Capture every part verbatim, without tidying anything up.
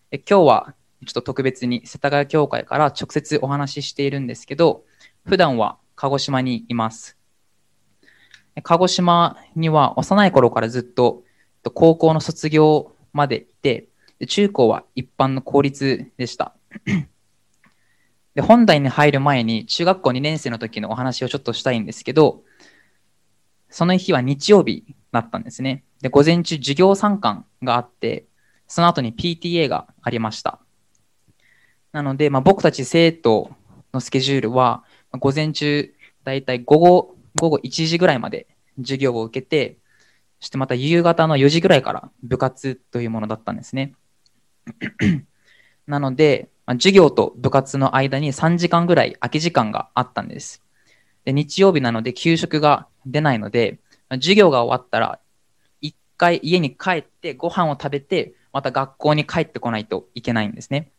え今日はちょっと特別に世田谷教会から直接お話ししているんですけど、普段は鹿児島にいます。鹿児島には幼い頃からずっと高校の卒業までいて、中高は一般の公立でした。で本題に入る前に中学校にねん生の時のお話をちょっとしたいんですけど、その日は日曜日だったんですね。で午前中授業参観があって、その後に ピーティーエー がありました。なので、まあ、僕たち生徒のスケジュールは、午前中、だいたい午後、午後いちじぐらいまで授業を受けて、そしてまた夕方のよじぐらいから部活というものだったんですね。なので、まあ、授業と部活の間にさんじかんぐらい空き時間があったんです。で日曜日なので給食が出ないので、まあ、授業が終わったら、一回家に帰ってご飯を食べて、また学校に帰ってこないといけないんですね。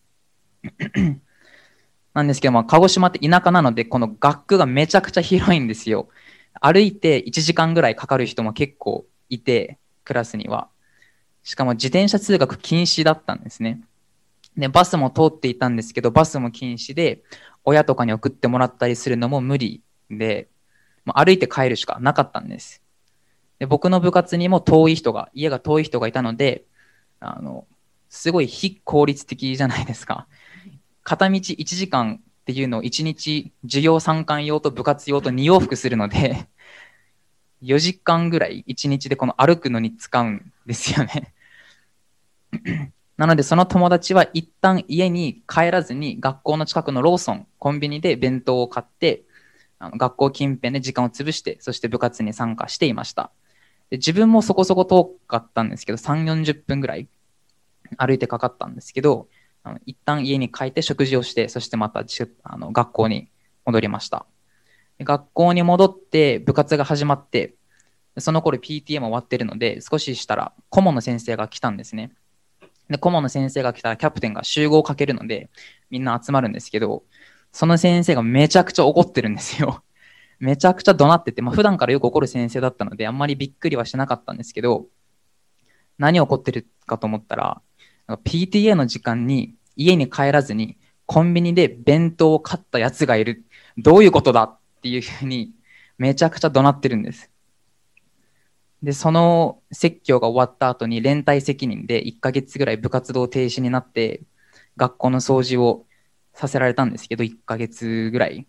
なんですけども、鹿児島って田舎なので、この学区がめちゃくちゃ広いんですよ。歩いていちじかんぐらいかかる人も結構いて、クラスには。しかも自転車通学禁止だったんですね。で、バスも通っていたんですけど、バスも禁止で、親とかに送ってもらったりするのも無理で、歩いて帰るしかなかったんです。で、僕の部活にも遠い人が、家が遠い人がいたので、あの、すごい非効率的じゃないですか。片道いちじかんっていうのをいちにち授業参観用と部活用とに往復するので、よじかんぐらいいちにちでこの歩くのに使うんですよね。なのでその友達は一旦家に帰らずに学校の近くのローソン、コンビニで弁当を買って、あの学校近辺で時間を潰して、そして部活に参加していました。で自分もそこそこ遠かったんですけど、さんじゅう、よんじゅっぷんぐらい歩いてかかったんですけど、あの一旦家に帰って食事をして、そしてまたあの学校に戻りました。学校に戻って部活が始まって、その頃 ピーティーエー も終わってるので、少ししたら顧問の先生が来たんですね。で、顧問の先生が来たらキャプテンが集合をかけるので、みんな集まるんですけど、その先生がめちゃくちゃ怒ってるんですよ。めちゃくちゃ怒鳴ってて、まあ、普段からよく怒る先生だったので、あんまりびっくりはしなかったんですけど、何怒ってるかと思ったら、ピーティーエー の時間に家に帰らずにコンビニで弁当を買ったやつがいる。どういうことだっていうふうにめちゃくちゃ怒鳴ってるんです。で、その説教が終わった後に連帯責任でいっかげつぐらい部活動停止になって学校の掃除をさせられたんですけど、いっかげつぐらい。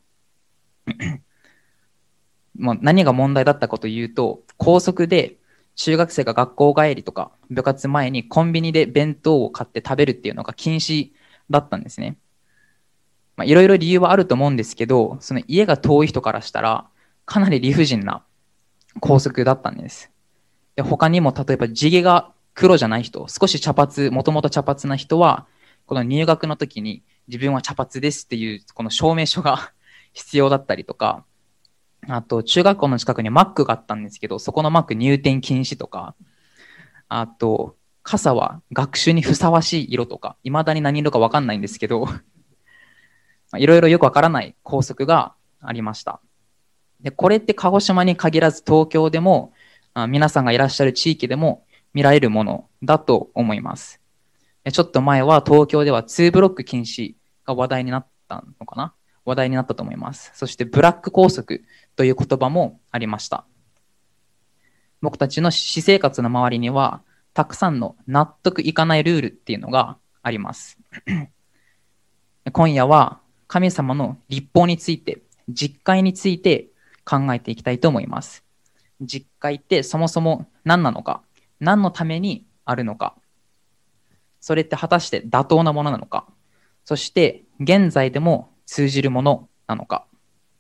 もう何が問題だったかというと、校則で中学生が学校帰りとか部活前にコンビニで弁当を買って食べるっていうのが禁止だったんですね。まあ、いろいろ理由はあると思うんですけど、その家が遠い人からしたらかなり理不尽な校則だったんです。で他にも例えば地毛が黒じゃない人、少し茶髪、もともと茶髪な人は、この入学の時に自分は茶髪ですっていうこの証明書が必要だったりとか、あと中学校の近くにマックがあったんですけど、そこのマック入店禁止とか、あと傘は学習にふさわしい色とか、いまだに何色か分かんないんですけど、いろいろよくわからない校則がありました。でこれって鹿児島に限らず東京でも、皆さんがいらっしゃる地域でも見られるものだと思います。ちょっと前は東京ではツーブロック禁止が話題になったのかな話題になったと思います。そしてブラック校則という言葉もありました。僕たちの私生活の周りにはたくさんの納得いかないルールっていうのがあります。今夜は神様の立法について、実戒について考えていきたいと思います。実戒ってそもそも何なのか、何のためにあるのか、それって果たして妥当なものなのか、そして現在でも通じるものなのか。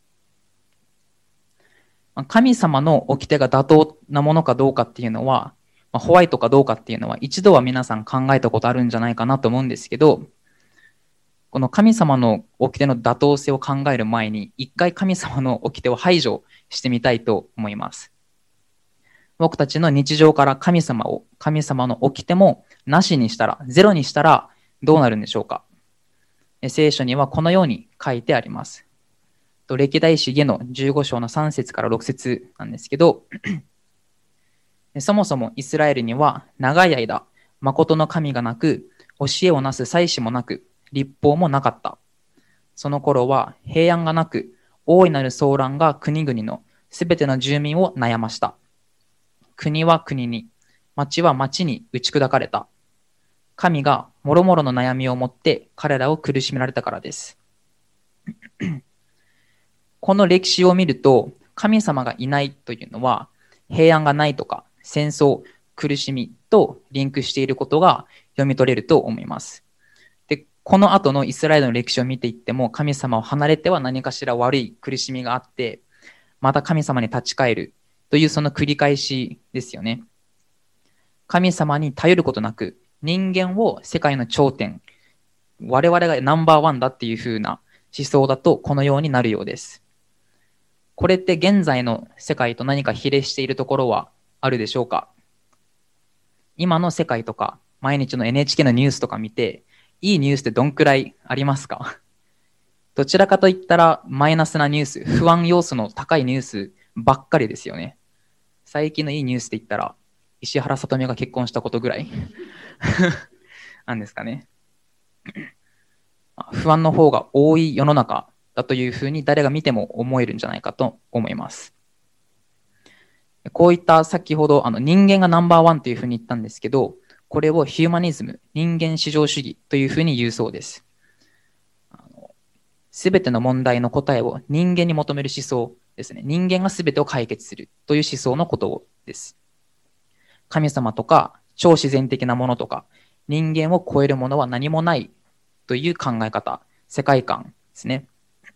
神様の掟が妥当なものかどうかっていうのは、ホワイトかどうかっていうのは一度は皆さん考えたことあるんじゃないかなと思うんですけど、この神様の掟の妥当性を考える前に、一回神様の掟を排除してみたいと思います。僕たちの日常から神様を、神様の掟もなしにしたら、ゼロにしたらどうなるんでしょうか。聖書にはこのように書いてあります。歴代史下のじゅうご章のさん節からろく節なんですけど、そもそもイスラエルには長い間、誠の神がなく、 教えをなす祭司もなく、立法もなかった。その頃は平安がなく、大いなる騒乱が国々のすべての住民を悩ました。国は国に、町は町に打ち砕かれた。神が諸々の悩みを持って彼らを苦しめられたからです。この歴史を見ると、神様がいないというのは、平安がないとか、戦争、苦しみとリンクしていることが読み取れると思います。で、この後のイスラエルの歴史を見ていっても、神様を離れては何かしら悪い苦しみがあって、また神様に立ち返るというその繰り返しですよね。神様に頼ることなく、人間を世界の頂点、我々がナンバーワンだっていう風な思想だとこのようになるようです。これって現在の世界と何か比例しているところはあるでしょうか？今の世界とか毎日の エヌエイチケー のニュースとか見て、いいニュースってどんくらいありますか？どちらかといったらマイナスなニュース、不安要素の高いニュースばっかりですよね。最近のいいニュースって言ったら、石原さとみが結婚したことぐらいなんですかね。不安の方が多い世の中だというふうに誰が見ても思えるんじゃないかと思います。こういった先ほどあの人間がナンバーワンというふうに言ったんですけど、これをヒューマニズム、人間至上主義というふうに言うそうです。すべての問題の答えを人間に求める思想ですね。人間がすべてを解決するという思想のことです。神様とか超自然的なものとか人間を超えるものは何もないという考え方、世界観ですね。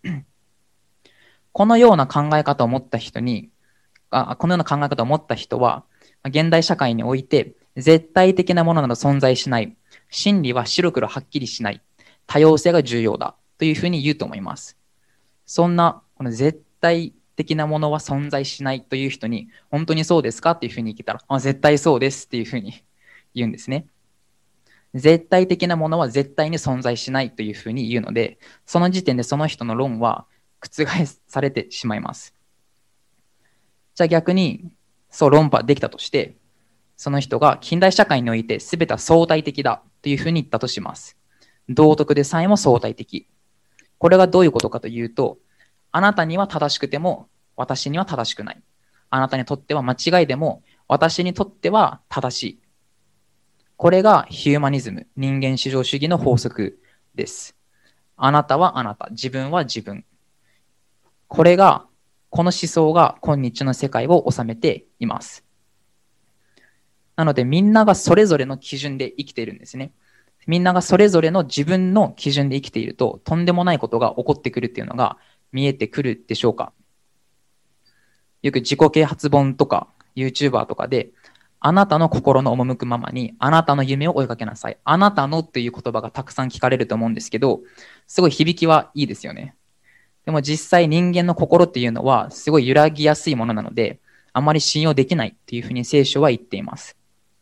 このような考え方を持った人に、あこのような考え方を持った人は、現代社会において絶対的なものなど存在しない、真理は白黒はっきりしない、多様性が重要だというふうに言うと思います。そんなこの絶対的なものは存在しないという人に、本当にそうですかっていうふうに聞いたら、あ、絶対そうですっていうふうに言うんですね。絶対的なものは絶対に存在しないというふうに言うので、その時点でその人の論は覆されてしまいます。じゃあ逆に、そう論破できたとして、その人が近代社会において全ては相対的だというふうに言ったとします。道徳でさえも相対的。これがどういうことかというと、あなたには正しくても私には正しくない。あなたにとっては間違いでも私にとっては正しい。これがヒューマニズム、人間至上主義の法則です。あなたはあなた、自分は自分。これが、この思想が今日の世界を治めています。なのでみんながそれぞれの基準で生きているんですね。みんながそれぞれの自分の基準で生きていると、とんでもないことが起こってくるっていうのが見えてくるでしょうか。よく自己啓発本とか YouTuber とかで、あなたの心の赴くままにあなたの夢を追いかけなさい。あなたのっていう言葉がたくさん聞かれると思うんですけど、すごい響きはいいですよね。でも実際人間の心っていうのはすごい揺らぎやすいものなので、あまり信用できないっていうふうに聖書は言っています。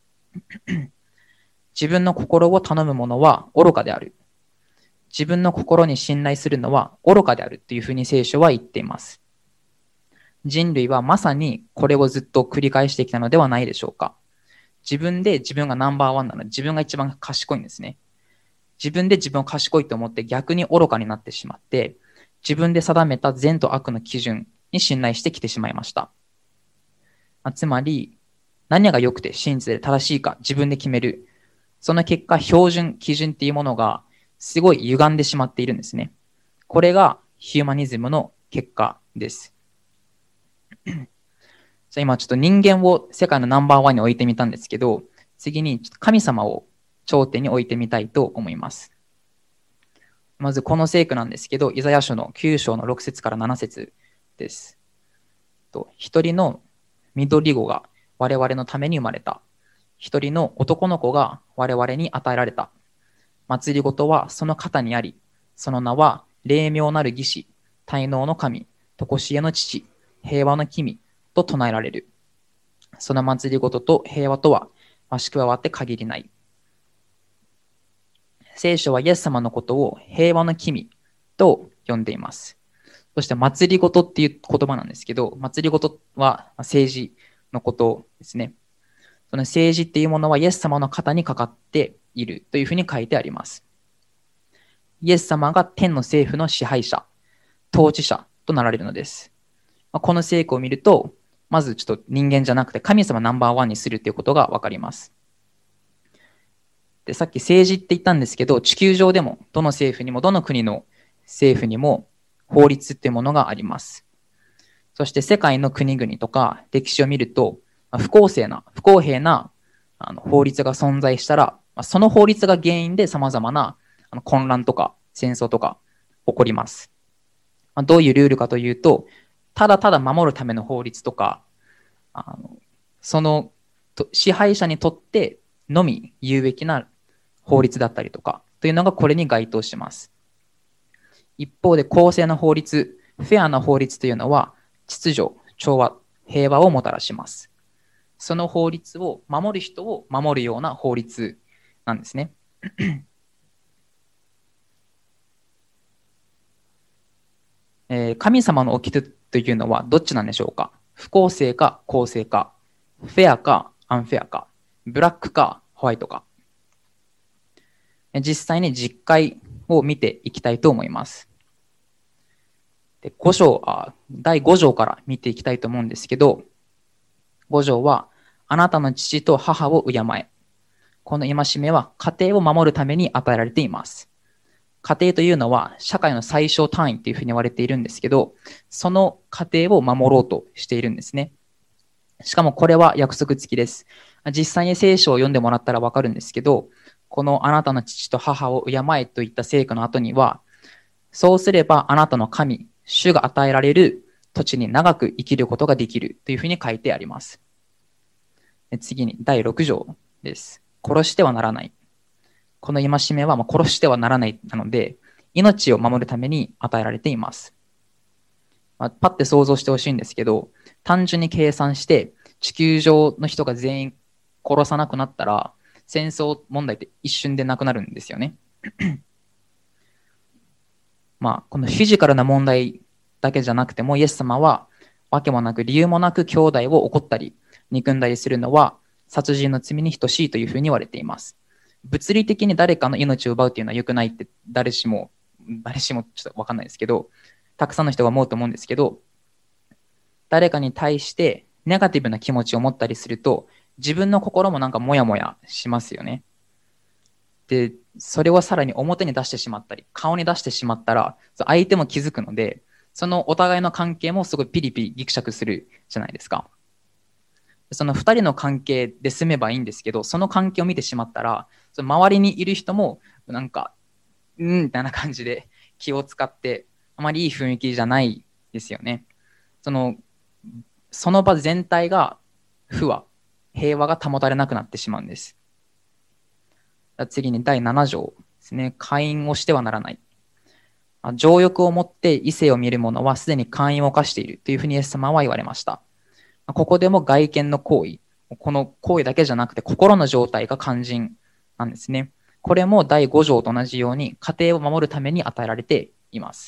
自分の心を頼む者は愚かである。自分の心に信頼するのは愚かであるというふうに聖書は言っています。人類はまさにこれをずっと繰り返してきたのではないでしょうか。自分で自分がナンバーワンなので、自分が一番賢いんですね。自分で自分を賢いと思って逆に愚かになってしまって、自分で定めた善と悪の基準に信頼してきてしまいました。つまり、何が良くて真実で正しいか自分で決める。その結果、標準、基準っていうものがすごい歪んでしまっているんですね。これがヒューマニズムの結果です。じゃあ今ちょっと人間を世界のナンバーワンに置いてみたんですけど、次に神様を頂点に置いてみたいと思います。まずこの聖句なんですけど、イザヤ書のきゅう章のろく節からなな節です。一人の緑子が我々のために生まれた。一人の男の子が我々に与えられた。祭りごとはその肩にあり、その名は霊妙なる義士、大能の神、常しえの父、平和の君と唱えられる。その祭りごとと平和とは増し加わって限りない。聖書はイエス様のことを平和の君と呼んでいます。そして祭りごとっていう言葉なんですけど、祭りごとは政治のことですね。 その政治っていうものはイエス様の肩にかかっているというふうに書いてあります。イエス様が天の政府の支配者、統治者となられるのです。この聖句を見ると、まずちょっと人間じゃなくて神様ナンバーワンにするということがわかります。で、さっき政治って言ったんですけど、地球上でもどの政府にもどの国の政府にも法律っていうものがあります。そして世界の国々とか歴史を見ると、不公正な、不公平なあの法律が存在したら、その法律が原因で様々なあの混乱とか戦争とか起こります。どういうルールかというと、ただただ守るための法律とか、あのその支配者にとってのみ有益な法律だったりとかというのがこれに該当します。一方で公正な法律、フェアな法律というのは秩序、調和、平和をもたらします。その法律を守る人を守るような法律なんですね。えー、神様の掟というのはどっちなんでしょうか？不公正か公正か、フェアかアンフェアか、ブラックかホワイトか。実際に実会を見ていきたいと思います。でご章あ、だいご条から見ていきたいと思うんですけど、ご条は、あなたの父と母を敬え。この戒めは家庭を守るために与えられています。家庭というのは社会の最小単位というふうに言われているんですけど、その家庭を守ろうとしているんですね。しかもこれは約束付きです。実際に聖書を読んでもらったらわかるんですけど、このあなたの父と母を敬えといった聖句の後には、そうすればあなたの神、主が与えられる土地に長く生きることができるというふうに書いてあります。次にだいろく条です。殺してはならない。この戒めはもう殺してはならないなので、命を守るために与えられています。まあ、パッて想像してほしいんですけど、単純に計算して地球上の人が全員殺さなくなったら、戦争問題って一瞬でなくなるんですよね。まあ、このフィジカルな問題だけじゃなくても、イエス様は訳もなく理由もなく兄弟を怒ったり、憎んだりするのは殺人の罪に等しいというふうに言われています。物理的に誰かの命を奪うというのは良くないって誰しも、誰しもちょっとわかんないですけど、たくさんの人が思うと思うんですけど、誰かに対してネガティブな気持ちを持ったりすると、自分の心もなんかモヤモヤしますよね。で、それをさらに表に出してしまったり、顔に出してしまったら、相手も気づくので、そのお互いの関係もすごいピリピリギクシャクするじゃないですか。そのふたりの関係で済めばいいんですけど、その関係を見てしまったら、その周りにいる人もなんか、うんみたいな感じで気を使って、あまりいい雰囲気じゃないですよね。その、その場全体が不和、平和が保たれなくなってしまうんです。次にだいなな条ですね。姦淫をしてはならない。情欲を持って異性を見る者はすでに姦淫を犯しているというふうにイエス様は言われました。ここでも外見の行為、この行為だけじゃなくて心の状態が肝心なんですね。これもだいご条と同じように家庭を守るために与えられています。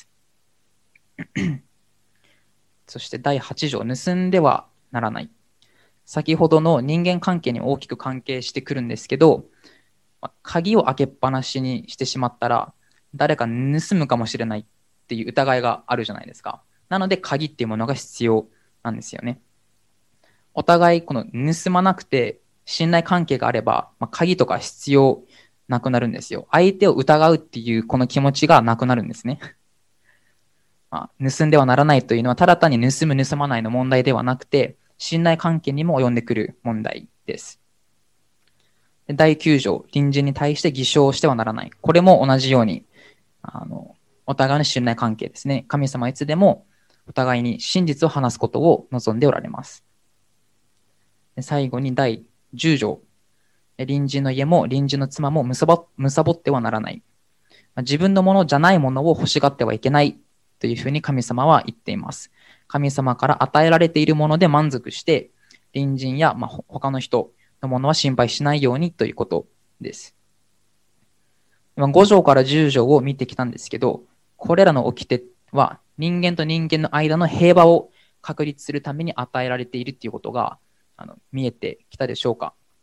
そしてだいはち条、盗んではならない。先ほどの人間関係に大きく関係してくるんですけど、鍵を開けっぱなしにしてしまったら誰か盗むかもしれないっていう疑いがあるじゃないですか。なので鍵っていうものが必要なんですよね。お互いこの盗まなくて信頼関係があれば、まあ、鍵とか必要なくなるんですよ。相手を疑うっていうこの気持ちがなくなるんですね。まあ、盗んではならないというのはただ単に盗む盗まないの問題ではなくて、信頼関係にも及んでくる問題です。だいきゅう条、隣人に対して偽証してはならない。これも同じように、あのお互いの信頼関係ですね。神様はいつでもお互いに真実を話すことを望んでおられます。最後にだいじゅう条、隣人の家も隣人の妻もむさぼむさぼってはならない。自分のものじゃないものを欲しがってはいけないというふうに神様は言っています。神様から与えられているもので満足して、隣人や、まあ、他の人のものは心配しないようにということです。ご条からじゅう条を見てきたんですけど、これらの掟は人間と人間の間の平和を確立するために与えられているということがあの見えてきたでしょうか。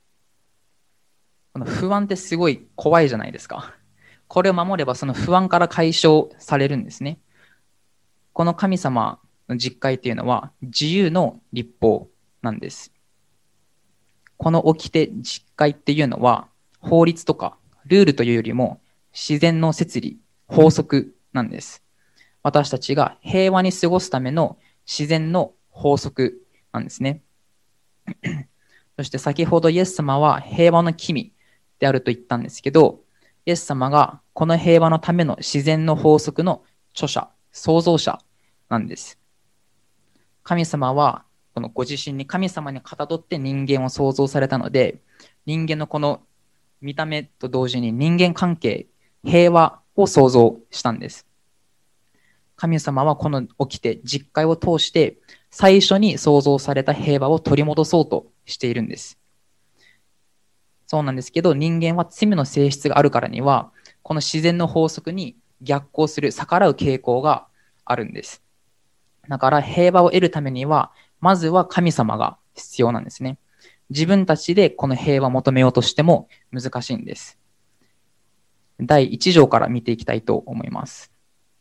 この不安ってすごい怖いじゃないですか。これを守ればその不安から解消されるんですね。この神様の実戒っていうのは自由の立法なんです。この掟実戒っていうのは法律とかルールというよりも自然の摂理、法則なんです。私たちが平和に過ごすための自然の法則なんですね。そして先ほどイエス様は平和の君であると言ったんですけど、イエス様がこの平和のための自然の法則の著者、創造者なんです。神様はこのご自身に神様にかたどって人間を創造されたので、人間のこの見た目と同時に人間関係、平和を創造したんです。神様はこの起きて実会を通して最初に創造された平和を取り戻そうとしているんです。そうなんですけど、人間は罪の性質があるからには、この自然の法則に逆行する、逆らう傾向があるんです。だから平和を得るためには、まずは神様が必要なんですね。自分たちでこの平和を求めようとしても難しいんです。だいいち条から見ていきたいと思います。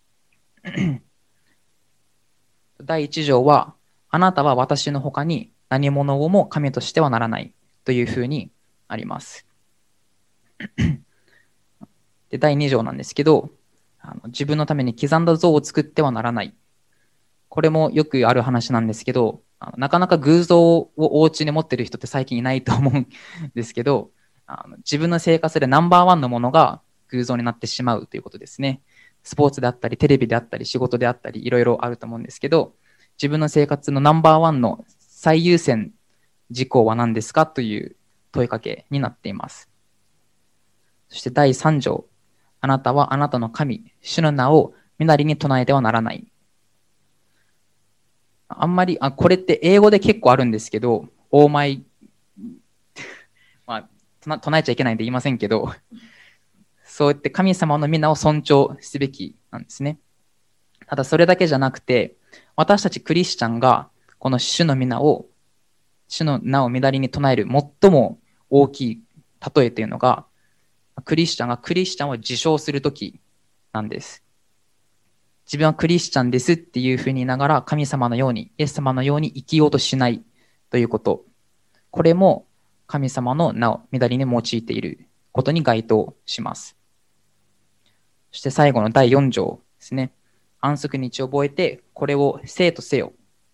だいいち条は、あなたは私の他に何者をも神としてはならないというふうにあります。でだいに条なんですけど、あの自分のために刻んだ像を作ってはならない。これもよくある話なんですけど、あのなかなか偶像をお家に持ってる人って最近いないと思うんですけど、あの自分の生活でナンバーワンのものが偶像になってしまうということですね。スポーツであったり、テレビであったり、仕事であったり、いろいろあると思うんですけど、自分の生活のナンバーワンの最優先事項は何ですかという問いかけになっています。そしてだいさん条、あなたはあなたの神、主の名を身なりに唱えてはならない。あんまり、あ、これって英語で結構あるんですけど、オーマイ、まあ、唱えちゃいけないんで言いませんけど、そうやって神様の皆を尊重すべきなんですね。ただそれだけじゃなくて、私たちクリスチャンがこの主の皆を、主の名を乱りに唱える最も大きい例えというのが、クリスチャンがクリスチャンを自称するときなんです。自分はクリスチャンですっていうふうに言いながら神様のように、イエス様のように生きようとしないということ。これも神様の名を乱りに用いていることに該当します。そして最後のだいよん条ですね。安息日を覚えて、これを生とせよ。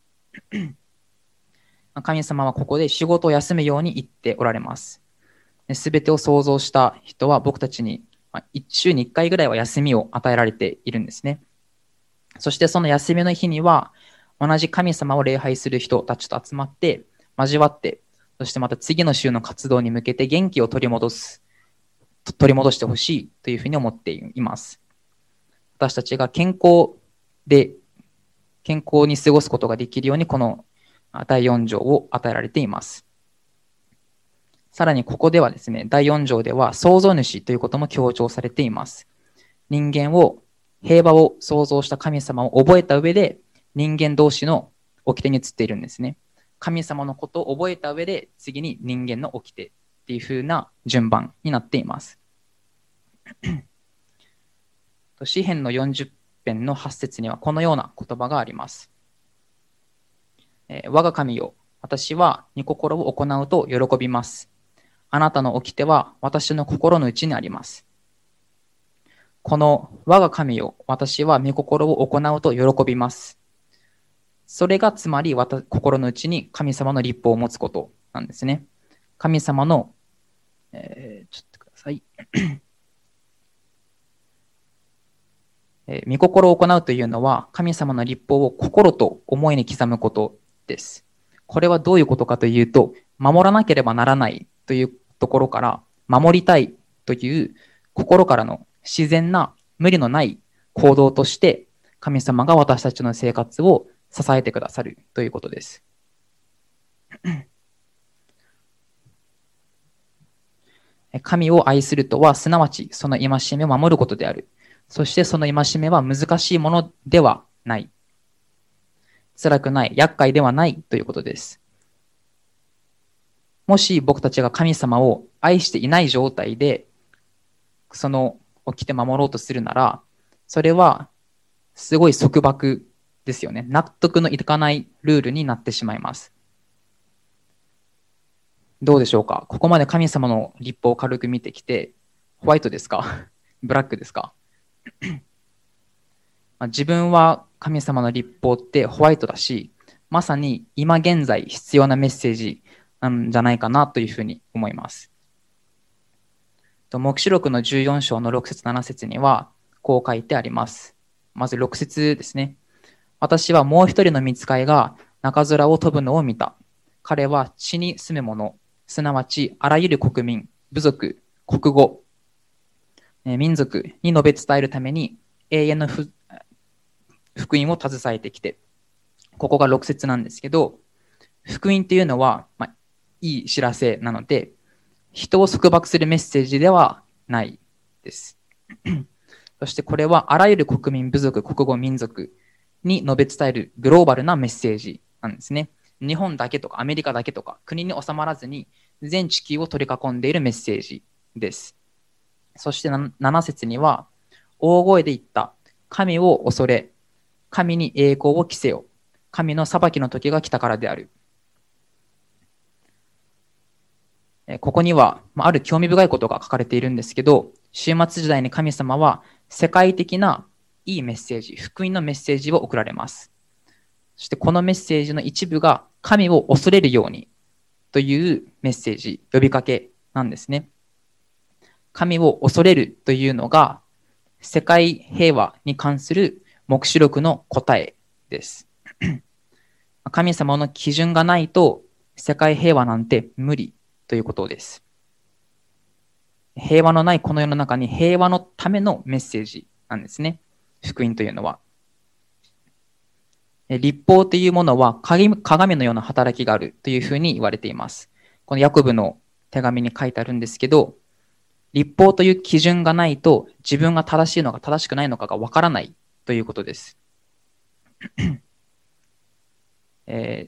神様はここで仕事を休むように言っておられます。すべてを創造した人は僕たちに週にいっかいぐらいは休みを与えられているんですね。そしてその休みの日には、同じ神様を礼拝する人たちと集まって、交わって、そしてまた次の週の活動に向けて元気を取り戻す、取り戻してほしいというふうに思っています。私たちが健康で、健康に過ごすことができるように、このだいよん条を与えられています。さらにここではですね、だいよん条では創造主ということも強調されています。人間を平和を創造した神様を覚えた上で人間同士の掟に移っているんですね。神様のことを覚えた上で次に人間の掟っていう風な順番になっています。詩編のよんじゅっ編のはち節にはこのような言葉があります。えー、我が神よ、私は御心を行うと喜びます。あなたの掟は私の心の内にあります。この我が神よ、私は御心を行うと喜びます。それがつまり心の内に神様の立法を持つことなんですね。神様の、えー、ちょっとください。えー、御心を行うというのは神様の立法を心と思いに刻むことです。これはどういうことかというと、守らなければならないというところから守りたいという心からの自然な無理のない行動として神様が私たちの生活を支えてくださるということです。神を愛するとはすなわちその戒めを守ることである。そしてその戒めは難しいものではない。辛くない、厄介ではないということです。 もし僕たちが神様を愛していない状態で、その起きて守ろうとするなら、それはすごい束縛ですよね。納得のいかないルールになってしまいます。どうでしょうか。ここまで神様の立法を軽く見てきて、ホワイトですかブラックですか自分は神様の立法ってホワイトだし、まさに今現在必要なメッセージなんじゃないかなというふうに思います。黙示録のじゅうよん章のろく節なな節にはこう書いてあります。まずろく節ですね。私はもう一人の御使いが中空を飛ぶのを見た。彼は地に住む者、すなわちあらゆる国民、部族、国語、民族に述べ伝えるために永遠の福音を携えてきて、ここがろく節なんですけど、福音っていうのは、まあ、いい知らせなので、人を束縛するメッセージではないです。そしてこれはあらゆる国民、部族、国語、民族に述べ伝えるグローバルなメッセージなんですね。日本だけとかアメリカだけとか国に収まらずに全地球を取り囲んでいるメッセージです。そしてなな節には大声で言った。神を恐れ、神に栄光を着せよ。神の裁きの時が来たからである。ここにはある興味深いことが書かれているんですけど、終末時代に神様は世界的ないいメッセージ、福音のメッセージを送られます。そしてこのメッセージの一部が神を恐れるようにというメッセージ、呼びかけなんですね。神を恐れるというのが世界平和に関する黙示録の答えです。神様の基準がないと世界平和なんて無理ということです。平和のないこの世の中に平和のためのメッセージなんですね。福音というのは。律法というものは鏡のような働きがあるというふうに言われています。このヤコブの手紙に書いてあるんですけど、律法という基準がないと自分が正しいのか正しくないのかがわからないということです。えー、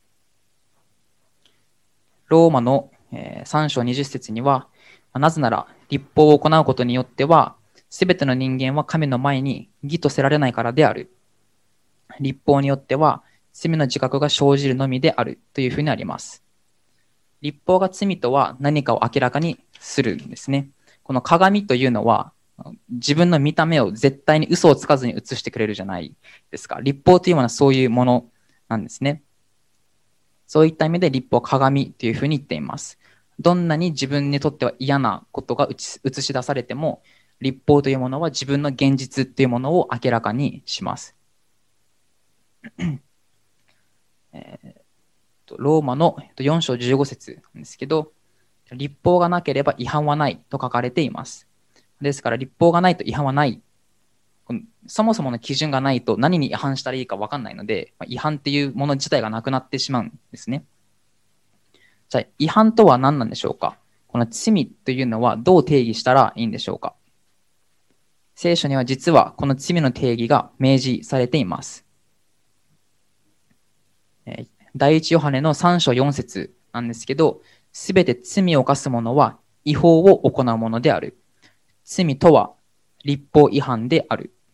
ローマのさん章にじゅう節には、なぜなら律法を行うことによっては、すべての人間は神の前に義とせられないからである。律法によっては罪の自覚が生じるのみであるというふうにあります。律法が罪とは何かを明らかにするんですね。この鏡というのは自分の見た目を絶対に嘘をつかずに映してくれるじゃないですか。律法というものはそういうものなんですね。そういった意味で律法は鏡というふうに言っています。どんなに自分にとっては嫌なことが映し出されても、律法というものは自分の現実というものを明らかにします。えー、とローマのよん章じゅうご節なんですけど、律法がなければ違反はないと書かれています。ですから律法がないと違反はない。そもそもの基準がないと何に違反したらいいか分かんないので、違反っていうもの自体がなくなってしまうんですね。じゃあ違反とは何なんでしょうか。この罪というのはどう定義したらいいんでしょうか。聖書には実はこの罪の定義が明示されています。第一ヨハネのさん章よん節なんですけど、すべて罪を犯す者は違法を行うものである。罪とは律法違反である。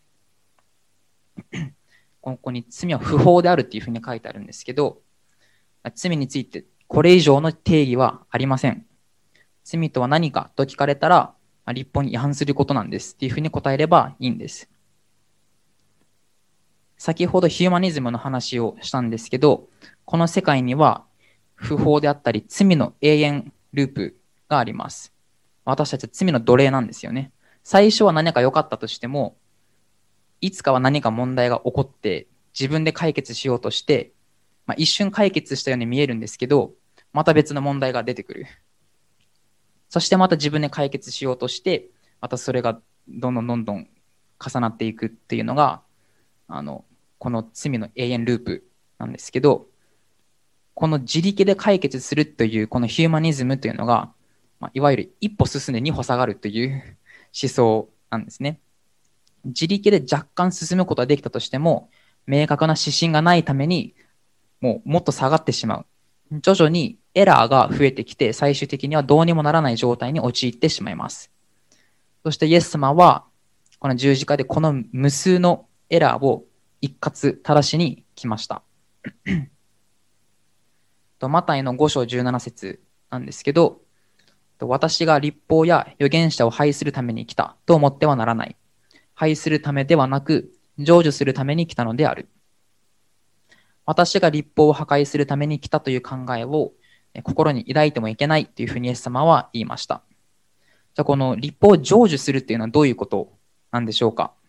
ここに罪は不法であるっていうふうに書いてあるんですけど、罪についてこれ以上の定義はありません。罪とは何かと聞かれたら、律法に違反することなんですっていうふうに答えればいいんです。先ほどヒューマニズムの話をしたんですけど、この世界には不法であったり罪の永遠ループがあります。私たちは罪の奴隷なんですよね。最初は何か良かったとしても、いつかは何か問題が起こって自分で解決しようとして、まあ、一瞬解決したように見えるんですけど、また別の問題が出てくる。そしてまた自分で解決しようとして、またそれがどんどんどんどん重なっていくっていうのが、あのこの罪の永遠ループなんですけど、この自力で解決するというこのヒューマニズムというのが、まあ、いわゆる一歩進んで二歩下がるという思想なんですね。自力で若干進むことができたとしても、明確な指針がないためにもうもっと下がってしまう。徐々にエラーが増えてきて、最終的にはどうにもならない状態に陥ってしまいます。そしてイエス様は、この十字架でこの無数のエラーを一括正しに来ました。マタイのご章じゅうなな節なんですけど、私が律法や預言者を廃するために来たと思ってはならない。廃するためではなく、成就するために来たのである。私が律法を破壊するために来たという考えを心に抱いてもいけないというふうにイエス様は言いました。じゃあこの律法を成就するというのはどういうことなんでしょうか。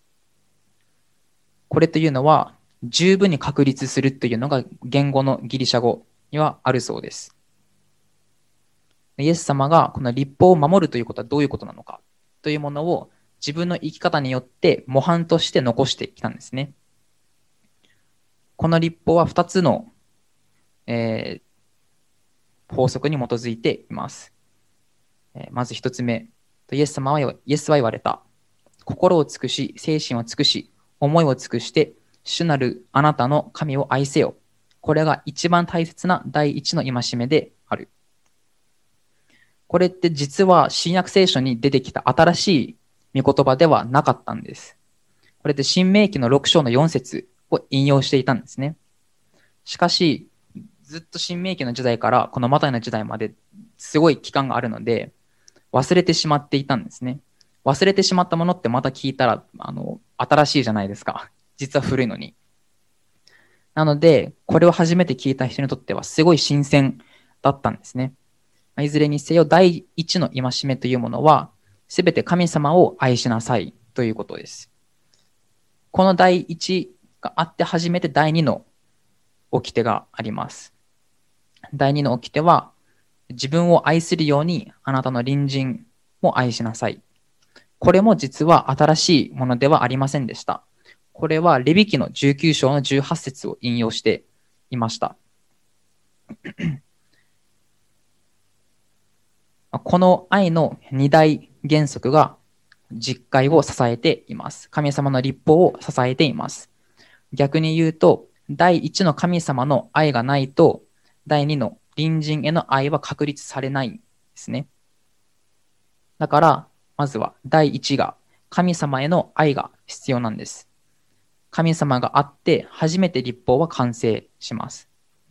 これというのは十分に確立するというのが言語のギリシャ語にはあるそうです。イエス様がこの律法を守るということはどういうことなのかというものを自分の生き方によって模範として残してきたんですね。この律法はふたつの、えー、法則に基づいています。えー、まずひとつめ、イエス様はイエスは言われた。心を尽くし、精神を尽くし、思いを尽くして、主なるあなたの神を愛せよ。これが一番大切な第一の戒めである。これって実は新約聖書に出てきた新しい御言葉ではなかったんです。これって新明記のろく章のよん節を引用していたんですね。しかし、ずっと新明記の時代からこのマタイの時代まですごい期間があるので、忘れてしまっていたんですね。忘れてしまったものってまた聞いたら、あの、新しいじゃないですか。実は古いのに。なので、これを初めて聞いた人にとってはすごい新鮮だったんですね。いずれにせよ、第一の戒めというものは、すべて神様を愛しなさいということです。この第一があって初めて第二の掟があります。第二の掟は、自分を愛するようにあなたの隣人も愛しなさい。これも実は新しいものではありませんでした。これはレビ記のじゅうきゅう章のじゅうはち節を引用していました。この愛の二大原則が実戒を支えています。神様の律法を支えています。逆に言うと、第一の神様の愛がないと、第二の隣人への愛は確立されないんですね。だから、まずは第一が神様への愛が必要なんです。神様があって初めて律法は完成します。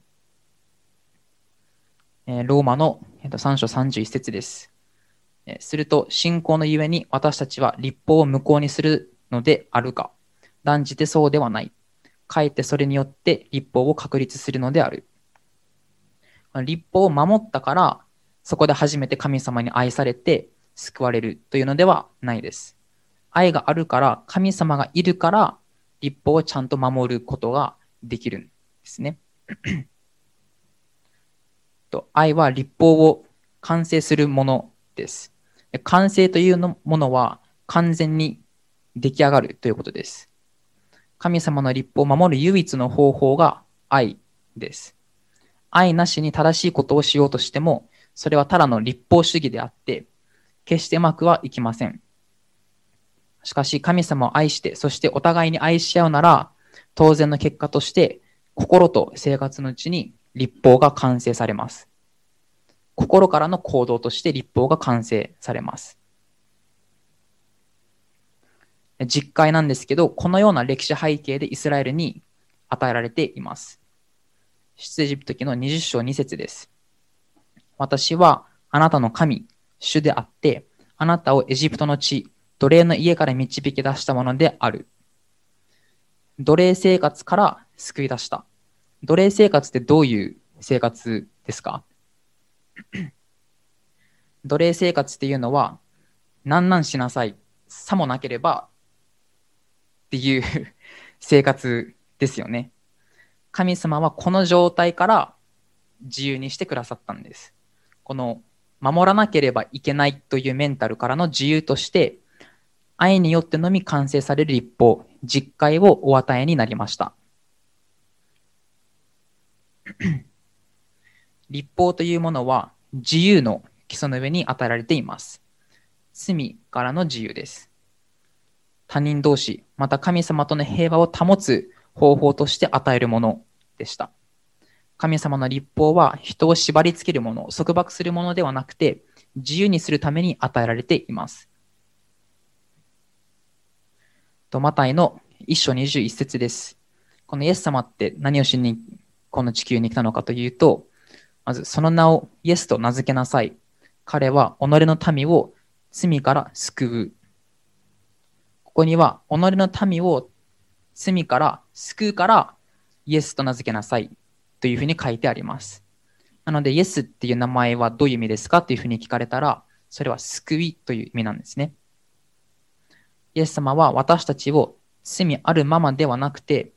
ローマのさん章さんじゅういち節です。すると、信仰のゆえに私たちは律法を無効にするのであるか。断じてそうではない。かえってそれによって律法を確立するのである。律法を守ったから、そこで初めて神様に愛されて救われるというのではないです。愛があるから、神様がいるから、律法をちゃんと守ることができるんですね。愛は律法を完成するものです。完成というものは完全に出来上がるということです。神様の律法を守る唯一の方法が愛です。愛なしに正しいことをしようとしても、それはただの律法主義であって、決してうまくはいきません。しかし神様を愛して、そしてお互いに愛し合うなら、当然の結果として、心と生活のうちに律法が完成されます。心からの行動として律法が完成されます。実戒なんですけど、このような歴史背景でイスラエルに与えられています。出エジプト記のにじゅう章に節です。私はあなたの神、主であって、あなたをエジプトの地、奴隷の家から導き出したものである。奴隷生活から救い出した。奴隷生活ってどういう生活ですか？奴隷生活っていうのは、なんなんしなさい、さもなければっていう生活ですよね。神様はこの状態から自由にしてくださったんです。この守らなければいけないというメンタルからの自由として、愛によってのみ完成される律法、実戒をお与えになりました。律法というものは自由の基礎の上に与えられています。罪からの自由です。他人同士、また神様との平和を保つ方法として与えるものでした。 神様の律法は人を縛り付けるもの、束縛するものではなくて、自由にするために与えられています。とマタイの一章にじゅういち節です。このイエス様って何をしにこの地球に来たのかというと、まずその名をイエスと名付けなさい。彼は己の民を罪から救う。ここには己の民を罪から救うからイエスと名付けなさいというふうに書いてあります。なのでイエスっていう名前はどういう意味ですかというふうに聞かれたら、それは救いという意味なんですね。イエス様は私たちを罪あるままではなくて、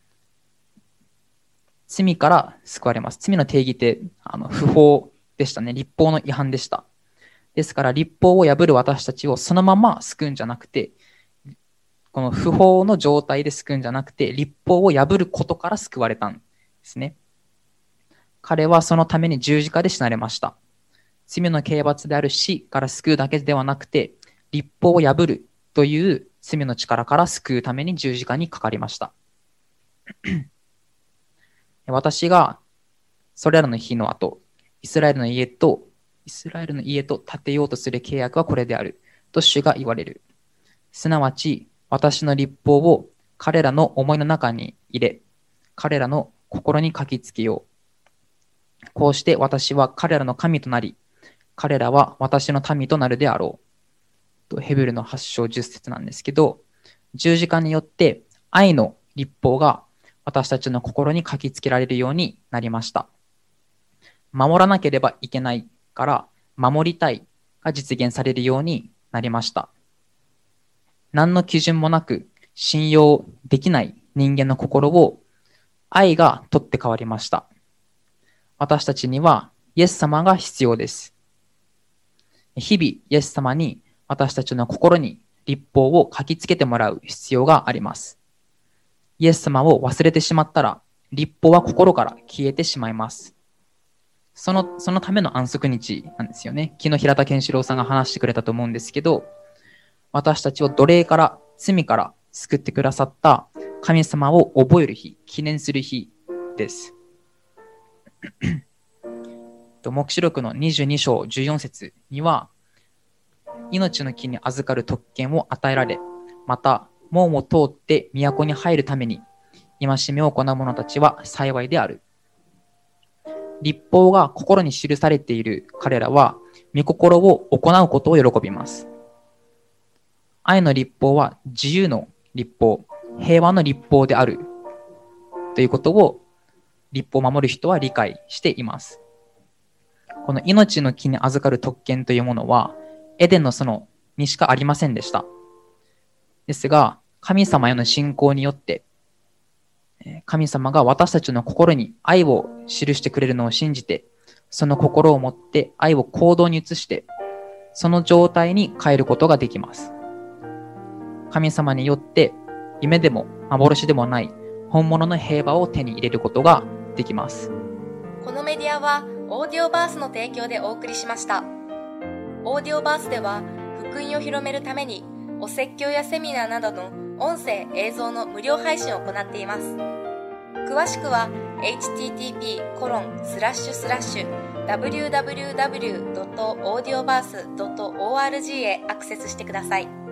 罪から救われます。罪の定義ってあの不法でしたね。律法の違反でした。ですから律法を破る私たちをそのまま救うんじゃなくて、この不法の状態で救うんじゃなくて、律法を破ることから救われたんですね。彼はそのために十字架で死なれました。罪の刑罰である死から救うだけではなくて、律法を破るという罪の力から救うために十字架にかかりました。私がそれらの日の後、イスラエルの家と、イスラエルの家と建てようとする契約はこれである、と主が言われる。すなわち、私の律法を彼らの思いの中に入れ、彼らの心に書きつけよう。こうして私は彼らの神となり、彼らは私の民となるであろう。とヘブルのはち章じゅっ節なんですけど、十字架によって愛の律法が私たちの心に書きつけられるようになりました。守らなければいけないから守りたいが実現されるようになりました。何の基準もなく信用できない人間の心を愛が取って代わりました。私たちにはイエス様が必要です。日々イエス様に私たちの心に律法を書きつけてもらう必要があります。イエス様を忘れてしまったら律法は心から消えてしまいます。その、そのための安息日なんですよね。昨日平田健志郎さんが話してくれたと思うんですけど、私たちを奴隷から罪から救ってくださった神様を覚える日、記念する日です。黙示録のにじゅうに章じゅうよん節には、命の木に預かる特権を与えられ、また門を通って都に入るために戒めを行う者たちは幸いである。律法が心に記されている彼らは御心を行うことを喜びます。愛の律法は自由の律法、平和の律法であるということを律法を守る人は理解しています。この命の木に預かる特権というものはエデンの園にしかありませんでした。ですが、神様への信仰によって、神様が私たちの心に愛を記してくれるのを信じて、その心を持って愛を行動に移して、その状態に変えることができます。神様によって夢でも幻でもない本物の平和を手に入れることができます。 このメディアはオーディオバースの提供でお送りしました。オーディオバースでは福音を広めるためにお説教やセミナーなどの音声映像の無料配信を行っています。詳しくは エイチティーティーピーコロンスラッシュスラッシュダブリューダブリューダブリュードットオーディオバースドットオーアールジー へアクセスしてください。